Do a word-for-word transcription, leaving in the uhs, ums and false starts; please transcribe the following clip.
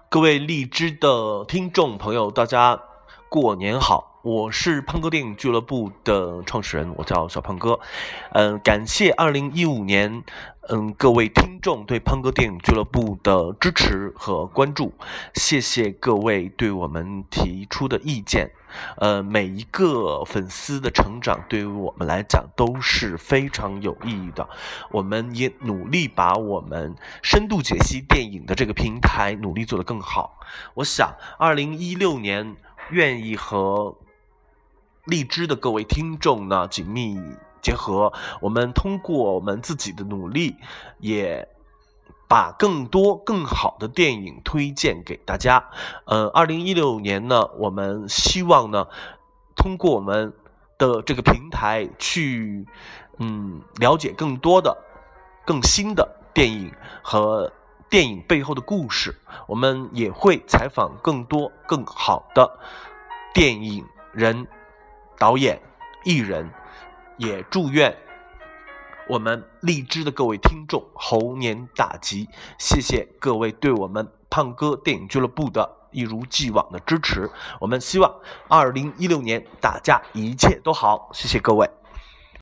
各位荔枝的听众朋友，大家过年好！我是胖哥电影俱乐部的创始人，我叫小胖哥。嗯，感谢二零一五年，嗯，各位听众对胖哥电影俱乐部的支持和关注，谢谢各位对我们提出的意见。呃，每一个粉丝的成长对于我们来讲都是非常有意义的。我们也努力把我们深度解析电影的这个平台努力做得更好。我想二零一六年愿意和荔枝的各位听众呢紧密结合，我们通过我们自己的努力，也把更多更好的电影推荐给大家。呃，二零一六年呢，我们希望呢，通过我们的这个平台去，嗯，了解更多的、更新的电影和电影背后的故事。我们也会采访更多更好的电影人、导演、艺人，也祝愿我们荔枝的各位听众猴年大吉！谢谢各位对我们胖哥电影俱乐部的一如既往的支持。我们希望二零一六年大家一切都好，谢谢各位。